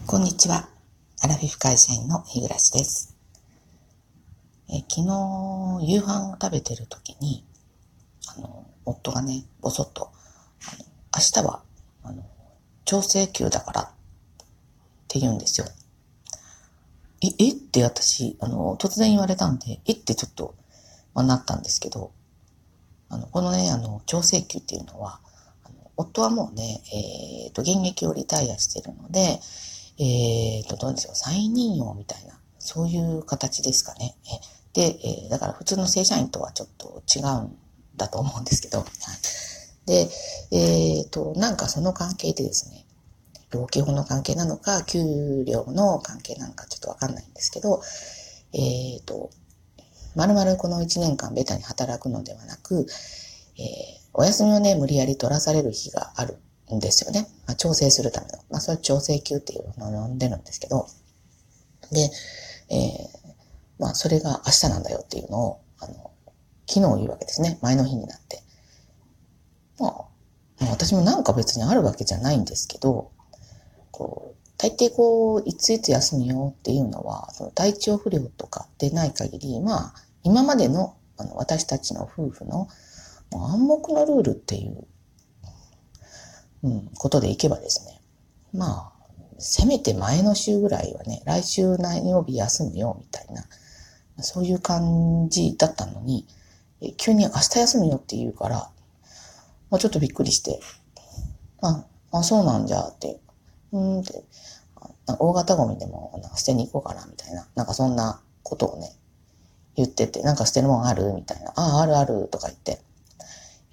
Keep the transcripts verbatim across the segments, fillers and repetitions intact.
こんにちは。アラフィフ会社員の日暮です。え昨日夕飯を食べてる時に、あの夫がね、ぼそっと、あの明日はあの調整休だからって言うんですよ。え、えって私、あの突然言われたんで、えってちょっと、まあ、なったんですけど、あのこのね、あの調整休っていうのは、あの夫はもうね、えーと、現役をリタイアしてるので、えーと、どうでしょう、再任用みたいな、そういう形ですかね。えで、えー、だから普通の正社員とはちょっと違うんだと思うんですけど、はい。で、えーと、なんかその関係でですね、労基法の関係なのか、給料の関係なのかちょっとわかんないんですけど、えーと、まるまるこのいちねんかんベタに働くのではなく、えー、お休みをね、無理やり取らされる日があるんですよね。まあ、調整するための。まあ、それは調整休っていうのを呼んでるんですけど、で、えー、まあ、それが明日なんだよっていうのを、あの、昨日言うわけですね。前の日になって。まあ、まあ、私もなんか別にあるわけじゃないんですけど、こう、大抵こう、いついつ休みよっていうのは、その体調不良とかでない限り、まあ、今までの、あの、私たちの夫婦の暗黙のルールっていう、うん、ことでいけばですね、まあ、せめて前の週ぐらいはね、来週何曜日休むよみたいな、そういう感じだったのに、急に明日休むよって言うから、まあ、ちょっとびっくりして、あ、あ、そうなんじゃって、うーんって、大型ゴミでもなんか捨てに行こうかなみたいな、なんかそんなことをね、言ってて、なんか捨てるもんあるみたいな、ああ、あるあるとか言って、え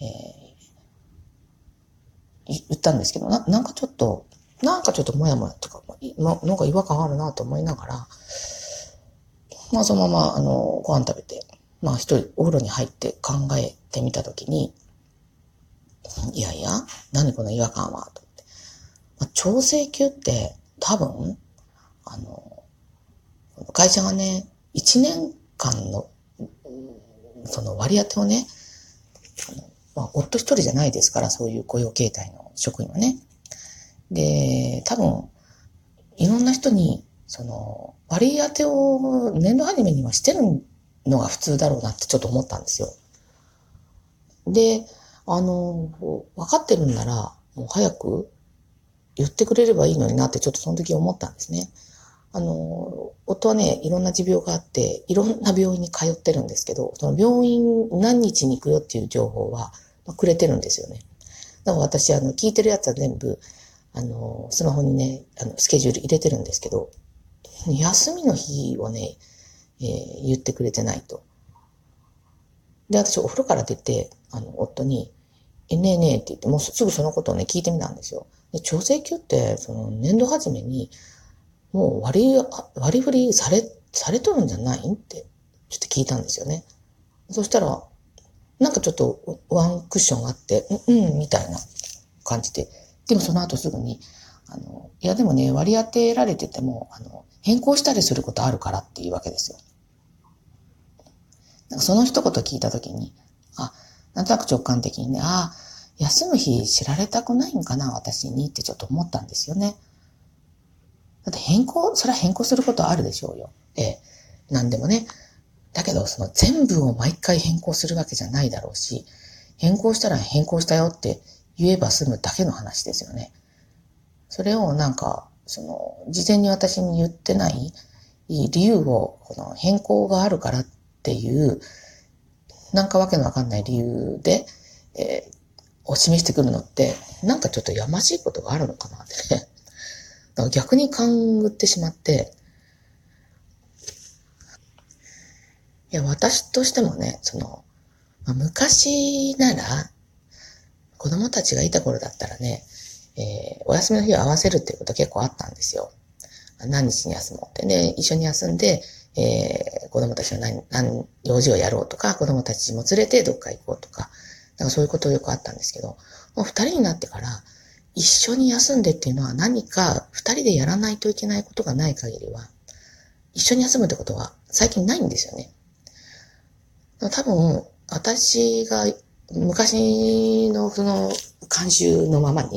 ー、言ったんですけど、な、なんかちょっと、なんかちょっともやもやとか、なんか違和感あるなと思いながら、まあそのまま、あの、ご飯食べて、まあ一人お風呂に入って考えてみたときに、いやいや、何この違和感は、と思って。まあ、調整休って多分、あの、会社がね、いちねんかんの、その割り当てをね、まあ、夫一人じゃないですから、そういう雇用形態の職員はね。で、多分、いろんな人に、その、割り当てを年度初めにはしてるのが普通だろうなってちょっと思ったんですよ。で、あの、分かってるんなら、もう早く言ってくれればいいのになってちょっとその時思ったんですね。あの、夫はね、いろんな持病があって、いろんな病院に通ってるんですけど、その病院何日に行くよっていう情報は、まあ、くれてるんですよね。だから私、あの、聞いてるやつは全部、あの、スマホにね、あの、スケジュール入れてるんですけど、休みの日をね、えー、言ってくれてないと。で、私お風呂から出て、あの、夫に、え、ねえねえって言って、もうすぐそのことをね、聞いてみたんですよ。で、調整休って、その、年度初めに、もう割り、割り振りされ、されとるんじゃないんって、ちょっと聞いたんですよね。そしたら、なんかちょっとワンクッションがあって、うん、うん、みたいな感じで。でもその後すぐに、あの、いやでもね、割り当てられてても、あの、変更したりすることあるからっていうわけですよ。なんかその一言聞いたときに、あ、なんとなく直感的にね、あ、休む日知られたくないんかな、私にってちょっと思ったんですよね。だって変更、それは変更することあるでしょうよ。ええ。なんでもね。だけど、その全部を毎回変更するわけじゃないだろうし、変更したら変更したよって言えば済むだけの話ですよね。それをなんか、その、事前に私に言ってない理由を、この変更があるからっていう、なんかわけのわかんない理由で、えー、を示してくるのって、なんかちょっとやましいことがあるのかなってね。だから逆に勘ぐってしまって、いや、私としてもね、その、まあ、昔なら、子供たちがいた頃だったらね、えー、お休みの日を合わせるっていうこと結構あったんですよ。何日に休もうって。で、一緒に休んで、えー、子供たちの何、何、用事をやろうとか、子供たちも連れてどっか行こうとか、だからそういうことよくあったんですけど、もう二人になってから、一緒に休んでっていうのは何か二人でやらないといけないことがない限りは、一緒に休むってことは最近ないんですよね。多分、私が昔のその慣習のままに、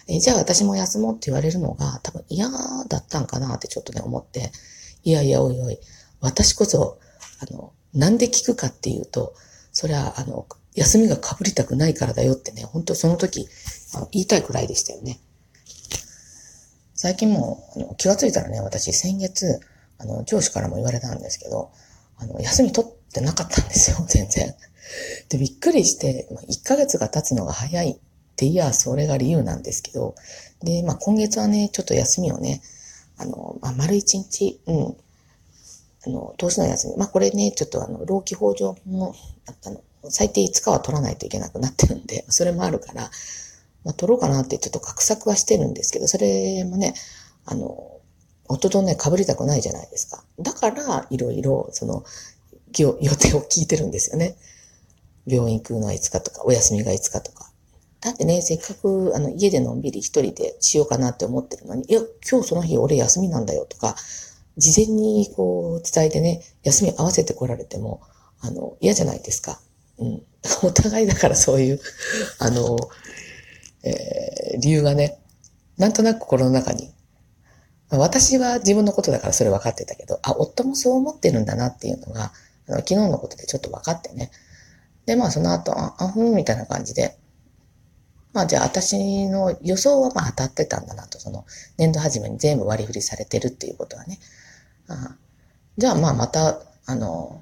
え、じゃあ私も休もうって言われるのが多分嫌だったんかなってちょっとね思って、いやいやおいおい、私こそ、あの、なんで聞くかっていうと、それはあの、休みが被りたくないからだよってね、本当その時、あの言いたいくらいでしたよね。最近もあの気がついたらね、私先月、あの、上司からも言われたんですけど、あの、休み取ってなかったんですよ、全然。で、びっくりして、まあ、いっかげつが経つのが早いっていや、それが理由なんですけど、で、まあ、今月はね、ちょっと休みをね、あの、まあ、丸一日、うん、あの、投資の休み。まあ、これね、ちょっとあの、労基法上も、あの、最低いつかは取らないといけなくなってるんで、それもあるから、まあ、取ろうかなってちょっと画策はしてるんですけど、それもね、あの、夫とね、被りたくないじゃないですか。だから、いろいろ、その、予定を聞いてるんですよね。病院行くのはいつかとか、お休みがいつかとか。だってね、せっかく、あの、家でのんびり一人でしようかなって思ってるのに、いや、今日その日俺休みなんだよとか、事前にこう伝えてね、休み合わせて来られても、あの、嫌じゃないですか。うん。お互いだからそういう、あの、えー、理由がね、なんとなく心の中に、私は自分のことだからそれ分かってたけど、あ、夫もそう思ってるんだなっていうのが、あの昨日のことでちょっと分かってね。で、まあその後、あ、あふんみたいな感じで、まあじゃあ私の予想はまあ当たってたんだなと、その年度初めに全部割り振りされてるっていうことはね。あ、じゃあまあまた、あの、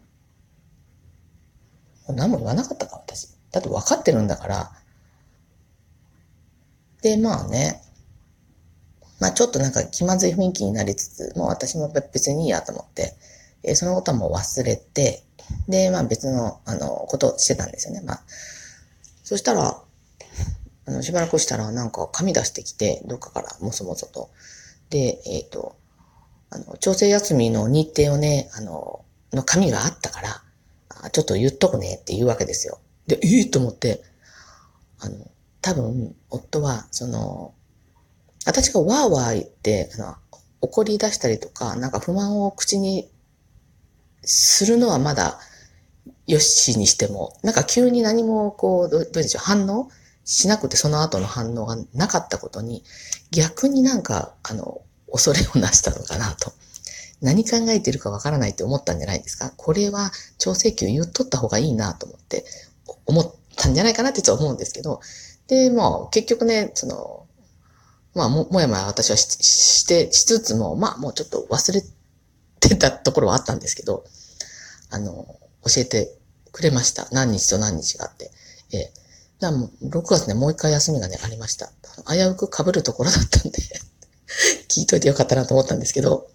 何も言わなかったか私。だって分かってるんだから。で、まあね、まあちょっとなんか気まずい雰囲気になりつつ、もう私も別にいいやと思って、えーそのことはもう忘れて、で、まあ別の、あの、ことをしてたんですよね。まあ、そしたら、あの、しばらくしたらなんか紙出してきて、どっかからもそもそと。で、えっと、あの、調整休みの日程をね、あの、の紙があったから、あちょっと言っとくねって言うわけですよ。で、ええー、と思って、あの、多分、夫は、その、私がわーわー言って、あの、怒り出したりとか、なんか不満を口にするのはまだよしにしても、なんか急に何もこう、どうでしょう、反応しなくてその後の反応がなかったことに、逆になんか、あの、恐れをなしたのかなと。何考えてるかわからないって思ったんじゃないですか。これは調整球言っとった方がいいなと思って、思ったんじゃないかなってちょっと思うんですけど、で、まあ結局ね、その、まあも、もやもや私はしして、しつつも、まあもうちょっと忘れてたところはあったんですけど、あの、教えてくれました。何日と何日があって。ええ。だからもう、ろくがつね、もう一回休みがね、ありました。危うく被るところだったんで聞いといてよかったなと思ったんですけど、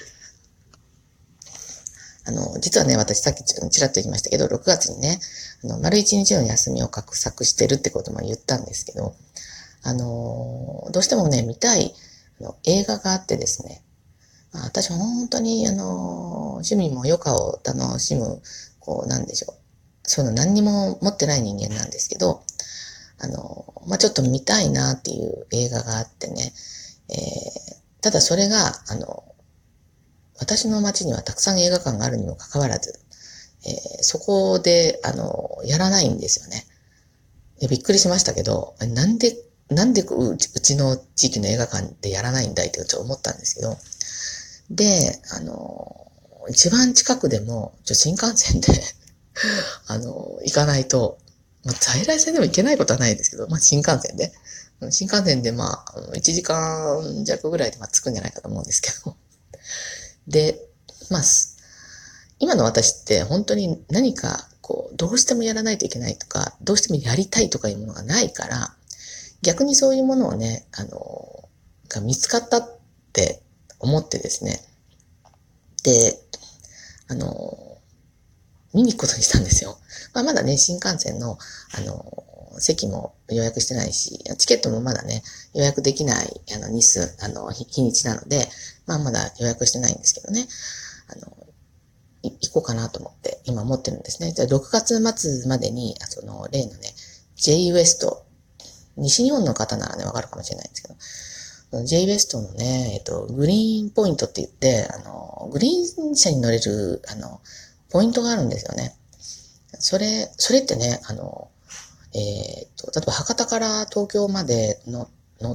あの、実はね、私さっきちらっと言いましたけど、ろくがつにね、あの、丸一日の休みを画策してるってことも言ったんですけど、あの、どうしてもね、見たいあの映画があってですね、私は本当に、あの、趣味も余暇を楽しむ、こう、なんでしょう。そういうの何にも持ってない人間なんですけど、あの、まあ、ちょっと見たいなっていう映画があってね、えー、ただそれが、あの、私の街にはたくさん映画館があるにもかかわらず、えー、そこで、あの、やらないんですよね。でびっくりしましたけど、なんで、なんでうちうちの地域の映画館でやらないんだいってちょっと思ったんですけど、で、あの、一番近くでも、ちょ新幹線であの、行かないと、まあ、在来線でも行けないことはないですけど、まあ、新幹線で。新幹線でまあ、いちじかん弱ぐらいでまあ着くんじゃないかと思うんですけど。で、まあ、今の私って本当に何かこう、どうしてもやらないといけないとか、どうしてもやりたいとかいうものがないから、逆にそういうものをね、あの、が見つかったって思ってですね。で、あの、見に行くことにしたんですよ。まあ、まだね、新幹線の、あの、席も予約してないし、チケットもまだね、予約できない、あの、日数、あの、日にちなので、まあ、まだ予約してないんですけどね。あの、行こうかなと思って、今持ってるんですね。じゃあ、ろくがつ末までに、その、例のね、J ウエスト、西日本の方ならね、わかるかもしれないんですけど、J ウエストのね、えっと、グリーンポイントって言って、あの、グリーン車に乗れる、あの、ポイントがあるんですよね。それ、それってね、あの、えーっと、例えば博多から東京までの乗っ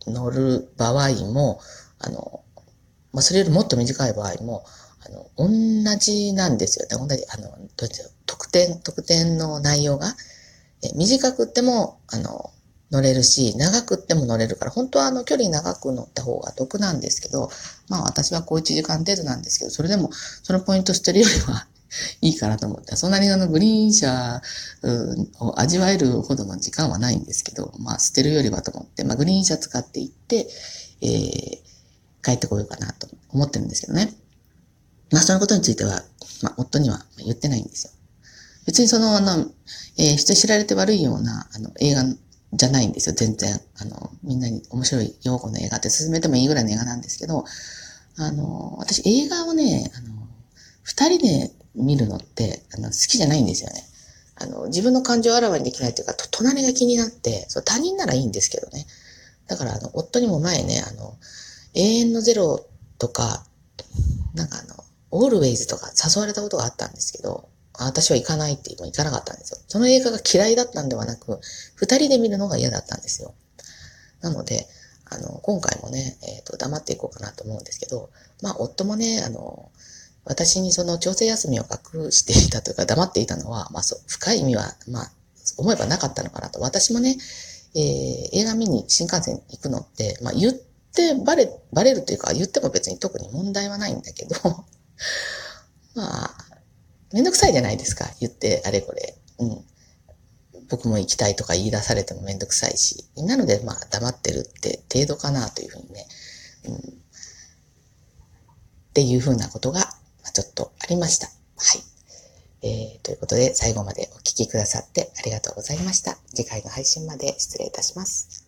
乗る場合も、あの、まあ、それよりもっと短い場合も、あの、同じなんですよね。同じ、あの、どういうんですか、特典、特典の内容が、え短くっても、あの、乗れるし、長くっても乗れるから、本当はあの、距離長く乗った方が得なんですけど、まあ私はこういちじかん程度なんですけど、それでも、そのポイント捨てるよりはいいかなと思って、そんなにあの、グリーン車を味わえるほどの時間はないんですけど、まあ捨てるよりはと思って、まあグリーン車使って行って、えー、帰ってこようかなと思ってるんですけどね。まあそのことについては、まあ夫には言ってないんですよ。別にその、あの、えー、人知られて悪いような、あの、映画じゃないんですよ、全然。あの、みんなに面白い用語の映画って勧めてもいいぐらいの映画なんですけど、あの、私映画をね、あの、二人で見るのって、あの、好きじゃないんですよね。あの、自分の感情をあらわにできないというか、隣が気になって、そう、他人ならいいんですけどね。だから、あの、夫にも前ね、あの、永遠のゼロとか、なんかあの、オールウェイズとか誘われたことがあったんですけど、私は行かないってもう行かなかったんですよ。その映画が嫌いだったんではなく、二人で見るのが嫌だったんですよ。なので、あの、今回もね、えっと、黙っていこうかなと思うんですけど、まあ、夫もね、あの、私にその調整休みを隠していたというか黙っていたのは、まあ、そう、深い意味は、まあ、思えばなかったのかなと。私もね、えー、映画見に新幹線行くのって、まあ、言ってバレ、バレるというか、言っても別に特に問題はないんだけど、まあ、めんどくさいじゃないですか。言って、あれこれ。うん。僕も行きたいとか言い出されてもめんどくさいし。なので、まあ、黙ってるって程度かなというふうにね。うん。っていうふうなことが、ちょっとありました。はい。えー、ということで、最後までお聞きくださってありがとうございました。次回の配信まで失礼いたします。